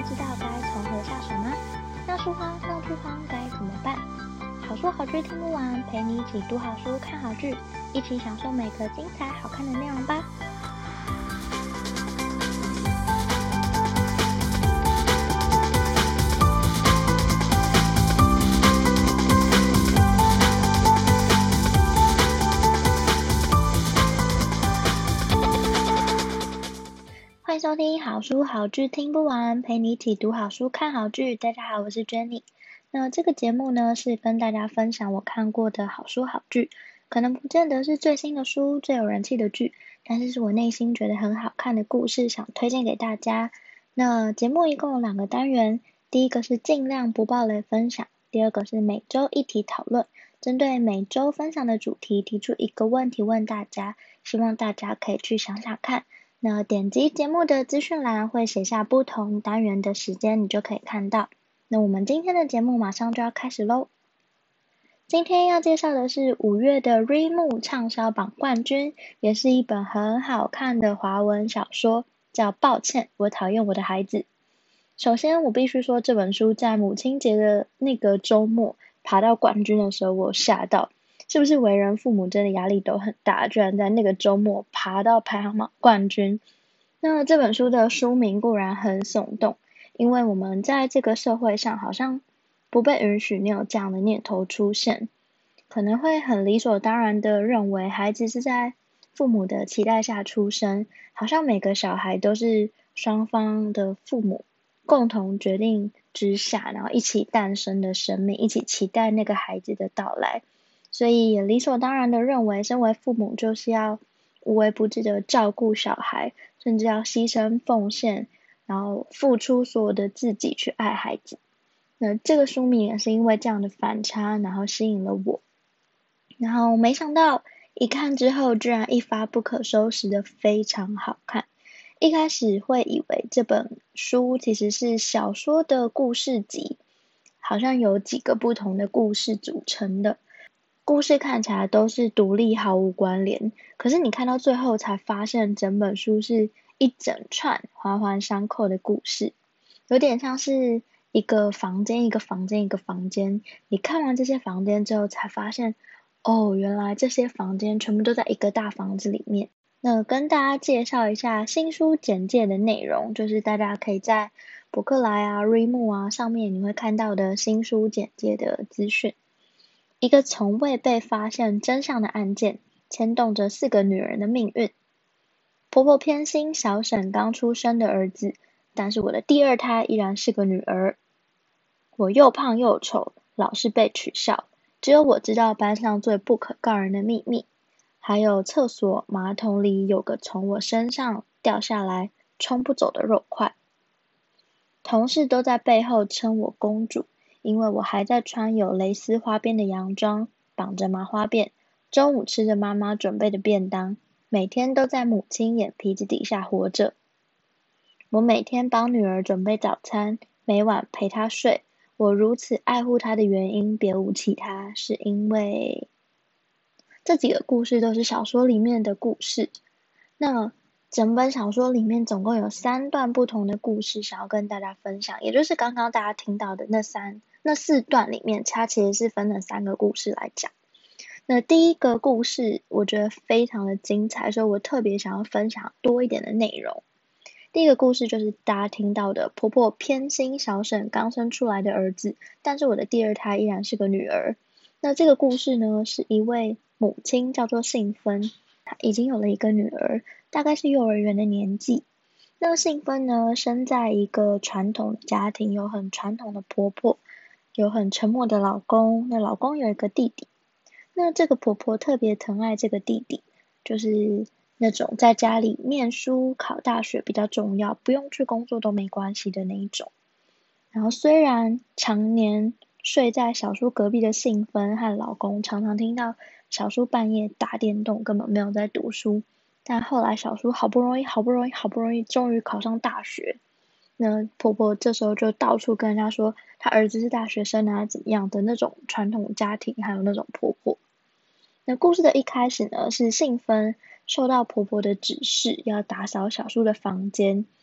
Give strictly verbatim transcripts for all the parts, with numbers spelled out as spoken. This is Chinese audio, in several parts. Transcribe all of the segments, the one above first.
不知道该从何下手吗？闹书荒、闹剧荒该怎么办？好书好剧听不完，陪你一起读好书、看好剧，一起享受每个精彩好看的内容吧。欢迎收听好书好剧听不完，陪你一起读好书看好剧。大家好，我是 Jenny。那这个节目呢，是跟大家分享我看过的好书好剧，可能不见得是最新的书、最有人气的剧，但是是我内心觉得很好看的故事，想推荐给大家。那节目一共有两个单元，第一个是尽量不爆雷分享，第二个是每周一题讨论。针对每周分享的主题提出一个问题问大家，希望大家可以去想想看。那点击节目的资讯栏会写下不同单元的时间，你就可以看到。那我们今天的节目马上就要开始咯。今天要介绍的是五月的 Readmoo 畅销榜冠军，也是一本很好看的华文小说，叫《抱歉，我讨厌我的孩子》。首先我必须说，这本书在母亲节的那个周末爬到冠军的时候，我吓到。是不是为人父母真的压力都很大，居然在那个周末爬到排行榜冠军？那这本书的书名固然很耸动，因为我们在这个社会上好像不被允许你有这样的念头出现，可能会很理所当然的认为孩子是在父母的期待下出生，好像每个小孩都是双方的父母共同决定之下，然后一起诞生的生命，一起期待那个孩子的到来。所以也理所当然的认为，身为父母就是要无微不至的照顾小孩，甚至要牺牲奉献，然后付出所有的自己去爱孩子。那这个书名也是因为这样的反差，然后吸引了我。然后没想到一看之后，居然一发不可收拾的非常好看。一开始会以为这本书其实是小说的故事集，好像有几个不同的故事组成的。故事看起来都是独立毫无关联，可是你看到最后才发现整本书是一整串环环相扣的故事，有点像是一个房间一个房间一个房间，你看完这些房间之后才发现，哦，原来这些房间全部都在一个大房子里面。那跟大家介绍一下新书简介的内容，就是大家可以在博客来啊、Readmoo 啊上面你会看到的新书简介的资讯。一个从未被发现真相的案件，牵动着四个女人的命运。婆婆偏心小沈刚出生的儿子，但是我的第二胎依然是个女儿。我又胖又丑，老是被取笑，只有我知道班上最不可告人的秘密。还有厕所马桶里有个从我身上掉下来冲不走的肉块。同事都在背后称我公主，因为我还在穿有蕾丝花边的洋装，绑着麻花辫，中午吃着妈妈准备的便当，每天都在母亲眼皮子底下活着。我每天帮女儿准备早餐，每晚陪她睡。我如此爱护她的原因别无其他，是因为这几个故事都是小说里面的故事。那整本小说里面总共有三段不同的故事想要跟大家分享，也就是刚刚大家听到的那三那四段里面，它其实是分了三个故事来讲。那第一个故事我觉得非常的精彩，所以我特别想要分享多一点的内容。第一个故事就是大家听到的婆婆偏心小沈刚生出来的儿子，但是我的第二胎依然是个女儿。那这个故事呢，是一位母亲叫做幸芬，她已经有了一个女儿，大概是幼儿园的年纪。那幸芬呢，生在一个传统的家庭，有很传统的婆婆，有很沉默的老公，那老公有一个弟弟。那这个婆婆特别疼爱这个弟弟，就是那种在家里念书考大学比较重要，不用去工作都没关系的那一种。然后虽然常年睡在小叔隔壁的幸芬和老公常常听到小叔半夜打电动，根本没有在读书，但后来小叔好不容易好不容易好不容易终于考上大学，那婆婆这时候就到处跟人家说她儿子是大学生啊怎么样的那种传统家庭，还有那种婆婆。那故事的一开始呢，是幸芬受到婆婆的指示要打扫小叔的房间，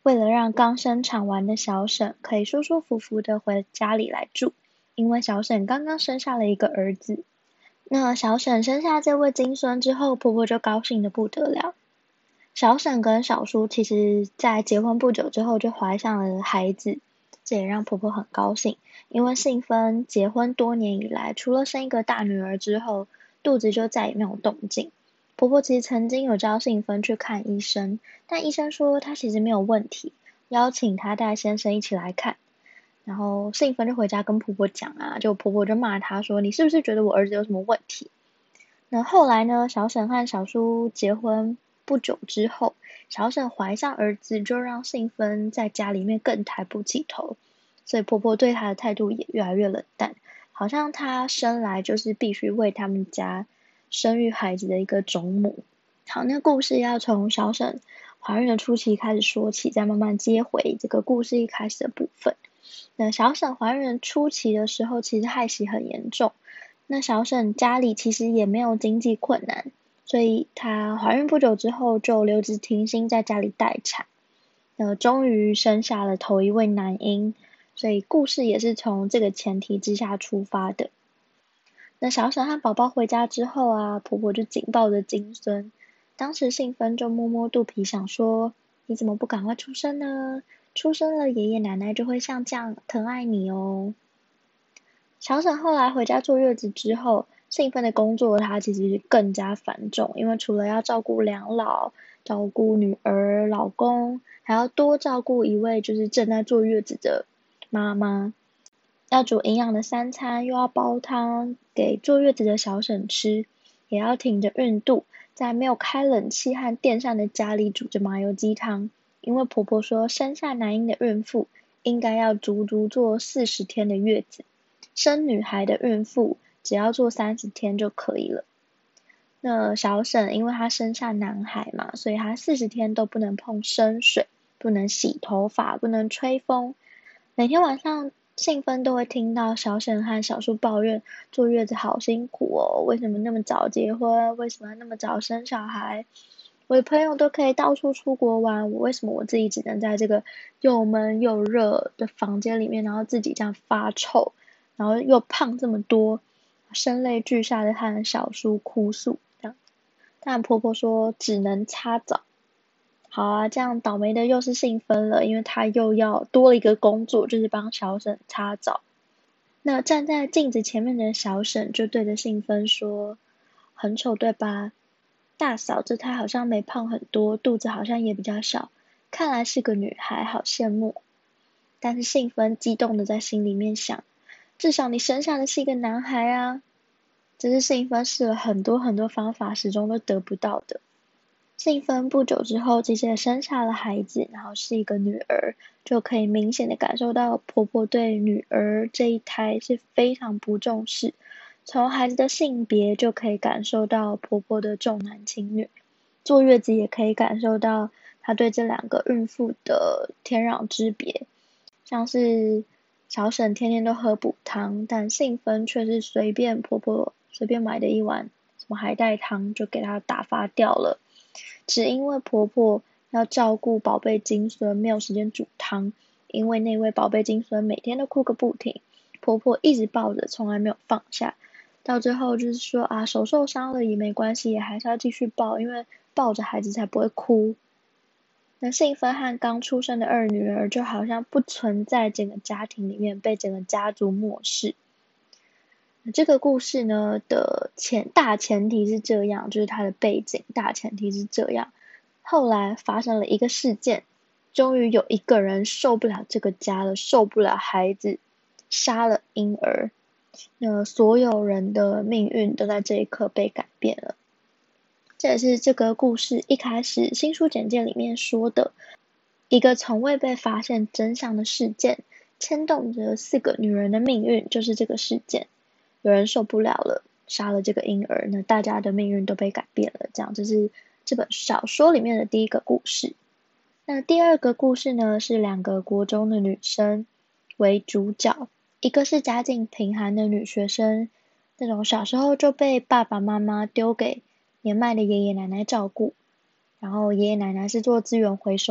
为了让刚生产完的小沈可以舒舒服服的回家里来住，因为小沈刚刚生下了一个儿子。那小沈生下这位金孙之后，婆婆就高兴的不得了。小沈跟小叔其实在结婚不久之后就怀上了孩子，这也让婆婆很高兴，因为幸芬结婚多年以来，除了生一个大女儿之后，肚子就再也没有动静。婆婆其实曾经有叫幸芬去看医生，但医生说她其实没有问题，邀请她带先生一起来看。然后幸芬就回家跟婆婆讲啊，就婆婆就骂她说：“你是不是觉得我儿子有什么问题？”那后来呢，小沈和小叔结婚不久之后，小沈怀上儿子，就让幸芬在家里面更抬不起头，所以婆婆对她的态度也越来越冷淡，好像她生来就是必须为他们家生育孩子的一个种母。好，那故事要从小沈怀孕的初期开始说起，再慢慢接回这个故事一开始的部分。那小沈怀孕初期的时候，其实害喜很严重。那小沈家里其实也没有经济困难，所以她怀孕不久之后就留职停薪在家里待产。那终于生下了头一位男婴，所以故事也是从这个前提之下出发的。那小沈和宝宝回家之后啊，婆婆就紧抱着金孙。当时幸芬就摸摸肚皮想说，你怎么不赶快出生呢？出生了爷爷奶奶就会像这样疼爱你哦。小沈后来回家坐月子之后，幸芬的工作她其实更加繁重，因为除了要照顾两老、照顾女儿、老公，还要多照顾一位就是正在坐月子的妈妈，要煮营养的三餐，又要煲汤给坐月子的小沈吃，也要挺着孕肚，在没有开冷气和电扇的家里煮着麻油鸡汤，因为婆婆说生下男婴的孕妇应该要足足坐四十天的月子，生女孩的孕妇只要坐三十天就可以了。那小沈因为她生下男孩嘛，所以她四十天都不能碰生水，不能洗头发，不能吹风。每天晚上幸芬都会听到小沈和小叔抱怨坐月子好辛苦哦，为什么那么早结婚，为什么那么早生小孩，我的朋友都可以到处出国玩，我为什么我自己只能在这个又闷又热的房间里面，然后自己这样发臭，然后又胖这么多，声泪俱下的和小叔哭诉这样。但婆婆说只能擦澡。好啊，这样倒霉的又是幸芬了，因为她又要多了一个工作，就是帮小沈擦澡。那站在镜子前面的小沈就对着幸芬说：“很丑对吧？大嫂这胎好像没胖很多，肚子好像也比较小，看来是个女孩，好羡慕。”但是幸芬激动的在心里面想：“至少你生下的是一个男孩啊！”这是幸芬试了很多很多方法，始终都得不到的。幸芬不久之后，其实也生下了孩子，然后是一个女儿，就可以明显的感受到婆婆对女儿这一胎是非常不重视。从孩子的性别就可以感受到婆婆的重男轻女，坐月子也可以感受到她对这两个孕妇的天壤之别。像是小沈天天都喝补汤，但幸芬却是随便婆婆随便买的一碗什么海带汤就给她打发掉了。只因为婆婆要照顾宝贝金孙，没有时间煮汤，因为那位宝贝金孙每天都哭个不停，婆婆一直抱着，从来没有放下。到最后就是说啊，手受伤了也没关系，也还是要继续抱，因为抱着孩子才不会哭。那幸芬和刚出生的二女儿就好像不存在整个家庭里面，被整个家族漠视。这个故事呢的前大前提是这样，就是它的背景大前提是这样。后来发生了一个事件，终于有一个人受不了这个家了，受不了孩子，杀了婴儿。那所有人的命运都在这一刻被改变了。这也是这个故事一开始新书简介里面说的，一个从未被发现真相的事件，牵动着四个女人的命运，就是这个事件。有人受不了了，杀了这个婴儿，那大家的命运都被改变了。这样，这是这本小说里面的第一个故事。那第二个故事呢，是两个国中的女生为主角，一个是家境贫寒的女学生，那种小时候就被爸爸妈妈丢给年迈的爷爷奶奶照顾，然后爷爷奶奶是做资源回收的，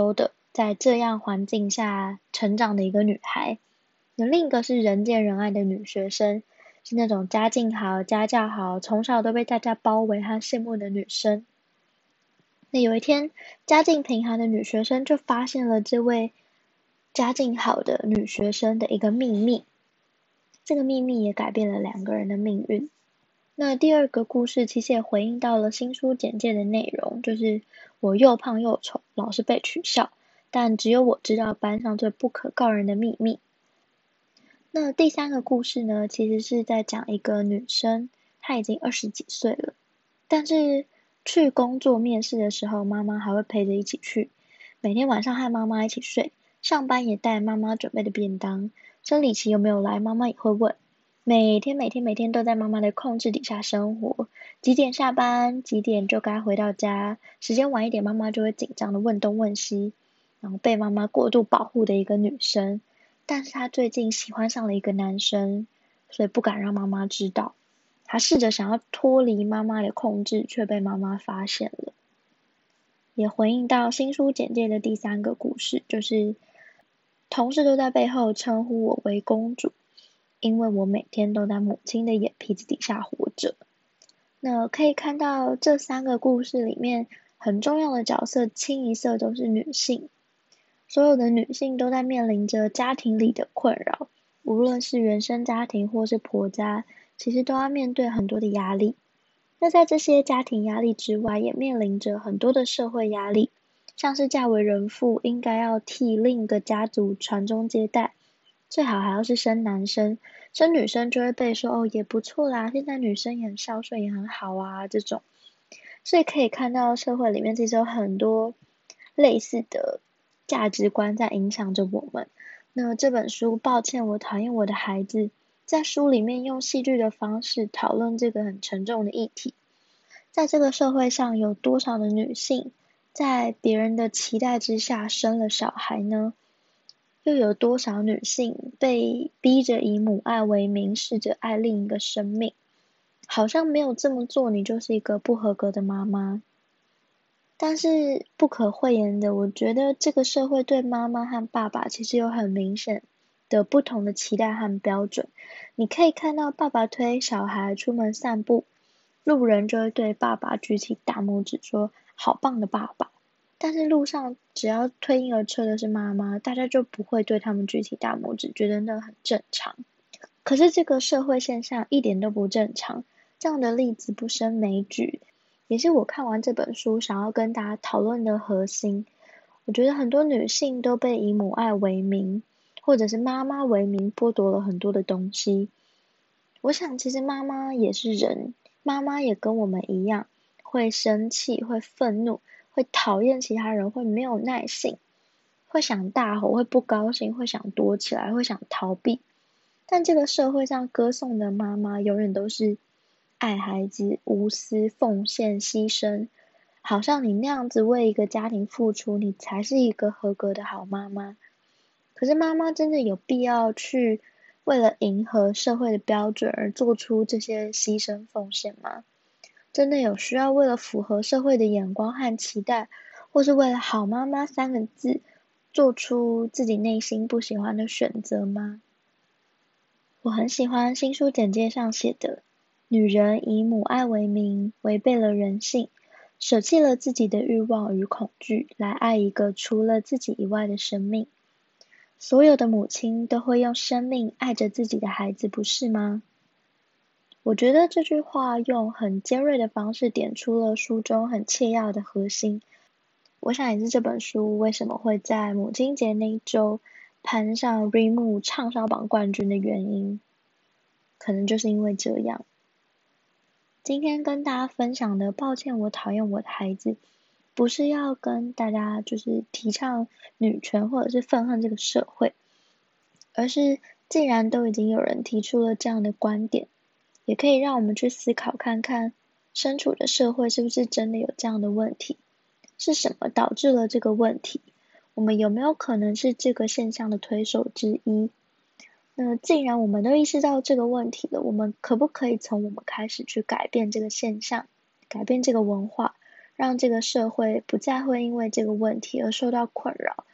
在这样环境下成长的一个女孩。那另一个是人见人爱的女学生，是那种家境好、家教好，从小都被大家包围和羡慕的女生。那有一天，家境贫寒的女学生就发现了这位家境好的女学生的一个秘密，这个秘密也改变了两个人的命运。那第二个故事其实也回应到了新书简介的内容，就是我又胖又丑，老是被取笑，但只有我知道班上最不可告人的秘密。那第三个故事呢，其实是在讲一个女生，她已经二十几岁了，但是去工作面试的时候，妈妈还会陪着一起去，每天晚上和妈妈一起睡，上班也带妈妈准备的便当，生理期有没有来，妈妈也会问，每天每天每天都在妈妈的控制底下生活，几点下班，几点就该回到家，时间晚一点，妈妈就会紧张的问东问西，然后被妈妈过度保护的一个女生。但是她最近喜欢上了一个男生，所以不敢让妈妈知道。她试着想要脱离妈妈的控制，却被妈妈发现了。也回应到新书简介的第三个故事，就是同事都在背后称呼我为公主，因为我每天都在母亲的眼皮子底下活着。那可以看到这三个故事里面很重要的角色，清一色都是女性。所有的女性都在面临着家庭里的困扰，无论是原生家庭或是婆家，其实都要面对很多的压力。那在这些家庭压力之外，也面临着很多的社会压力，像是嫁为人妇，应该要替另一个家族传宗接代，最好还要是生男生，生女生就会被说哦也不错啦，现在女生也很孝顺也很好啊这种。所以可以看到社会里面其实有很多类似的价值观在影响着我们。那这本书，抱歉我讨厌我的孩子，在书里面用戏剧的方式讨论这个很沉重的议题。在这个社会上，有多少的女性在别人的期待之下生了小孩呢？又有多少女性被逼着以母爱为名，试着爱另一个生命？好像没有这么做，你就是一个不合格的妈妈。但是不可讳言的，我觉得这个社会对妈妈和爸爸其实有很明显的不同的期待和标准。你可以看到爸爸推小孩出门散步，路人就会对爸爸举起大拇指说好棒的爸爸。但是路上只要推婴儿车的是妈妈，大家就不会对他们举起大拇指，觉得那很正常。可是这个社会现象一点都不正常，这样的例子不胜枚举，也是我看完这本书想要跟大家讨论的核心。我觉得很多女性都被以母爱为名，或者是妈妈为名剥夺了很多的东西。我想其实妈妈也是人，妈妈也跟我们一样，会生气，会愤怒，会讨厌其他人，会没有耐性，会想大吼，会不高兴，会想躲起来，会想逃避。但这个社会上歌颂的妈妈永远都是爱孩子、无私、奉献、牺牲，好像你那样子为一个家庭付出，你才是一个合格的好妈妈。可是妈妈真的有必要去为了迎合社会的标准而做出这些牺牲奉献吗？真的有需要为了符合社会的眼光和期待，或是为了好妈妈三个字，做出自己内心不喜欢的选择吗？我很喜欢新书简介上写的，女人以母爱为名，违背了人性，舍弃了自己的欲望与恐惧，来爱一个除了自己以外的生命。所有的母亲都会用生命爱着自己的孩子，不是吗？我觉得这句话用很尖锐的方式点出了书中很切要的核心。我想也是这本书为什么会在母亲节那一周攀上 Readmoo 畅销榜冠军的原因，可能就是因为这样。今天跟大家分享的，抱歉我讨厌我的孩子，不是要跟大家就是提倡女权或者是愤恨这个社会，而是既然都已经有人提出了这样的观点，也可以让我们去思考看看，身处的社会是不是真的有这样的问题，是什么导致了这个问题，我们有没有可能是这个现象的推手之一？那既然我们都意识到这个问题了，我们可不可以从我们开始去改变这个现象，改变这个文化，让这个社会不再会因为这个问题而受到困扰，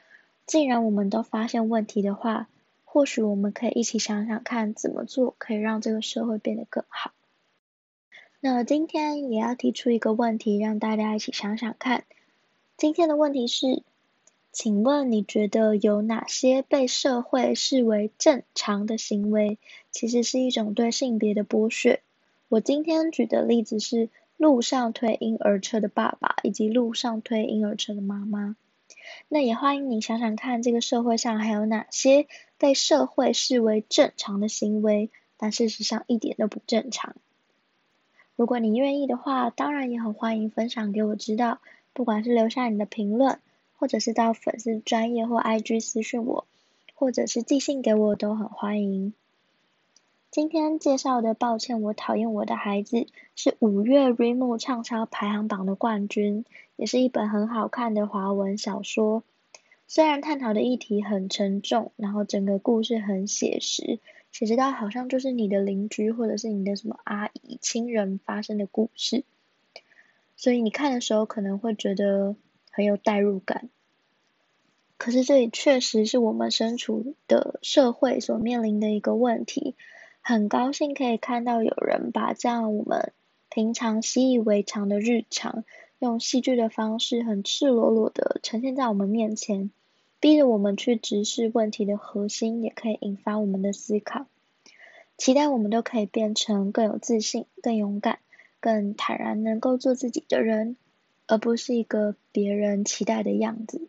既然我们都发现问题的话，或许我们可以一起想想看怎么做可以让这个社会变得更好。那今天也要提出一个问题，让大家一起想想看。今天的问题是，请问你觉得有哪些被社会视为正常的行为，其实是一种对性别的剥削？我今天举的例子是路上推婴儿车的爸爸，以及路上推婴儿车的妈妈。那也欢迎你想想看，这个社会上还有哪些被社会视为正常的行为，但事实上一点都不正常。如果你愿意的话，当然也很欢迎分享给我知道，不管是留下你的评论，或者是到粉丝专页或 I G 私讯我，或者是寄信给我都很欢迎。今天介绍的《抱歉我讨厌我的孩子》是五月 Readmoo 畅销排行榜的冠军，也是一本很好看的华文小说。虽然探讨的议题很沉重，然后整个故事很写实，写实到好像就是你的邻居或者是你的什么阿姨、亲人发生的故事，所以你看的时候可能会觉得很有代入感。可是这里确实是我们身处的社会所面临的一个问题，很高兴可以看到有人把这样我们平常习以为常的日常，用戏剧的方式很赤裸裸的呈现在我们面前，逼着我们去直视问题的核心，也可以引发我们的思考。期待我们都可以变成更有自信、更勇敢、更坦然能够做自己的人，而不是一个别人期待的样子。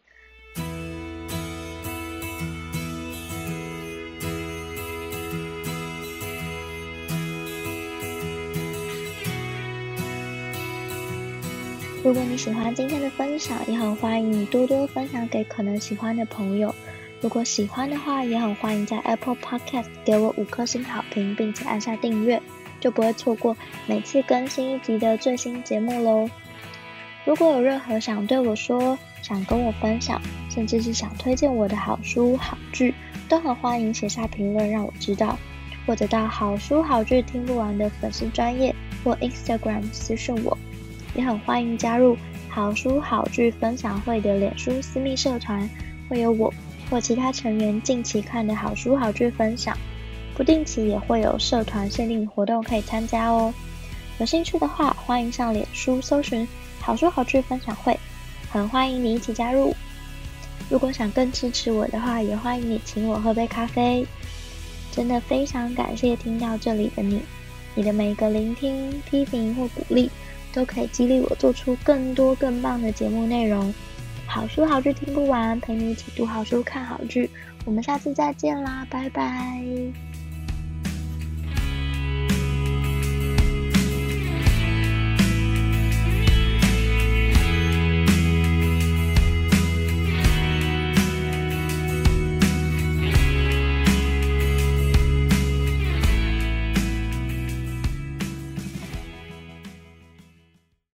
如果你喜欢今天的分享，也很欢迎你多多分享给可能喜欢的朋友。如果喜欢的话，也很欢迎在 Apple Podcast 给我五颗星好评，并且按下订阅，就不会错过每次更新一集的最新节目咯。如果有任何想对我说、想跟我分享，甚至是想推荐我的好书、好剧，都很欢迎写下评论让我知道，或者到好书好剧听不完的粉丝专页或 Instagram 私讯我。也很欢迎加入好书好剧分享会的脸书私密社团，会有我或其他成员近期看的好书好剧分享，不定期也会有社团限定活动可以参加哦。有兴趣的话，欢迎上脸书搜寻好书好剧分享会，很欢迎你一起加入。如果想更支持我的话，也欢迎你请我喝杯咖啡。真的非常感谢听到这里的你，你的每一个聆听、批评或鼓励都可以激励我做出更多更棒的节目内容。好书好剧听不完，陪你一起读好书看好剧，我们下次再见啦，拜拜。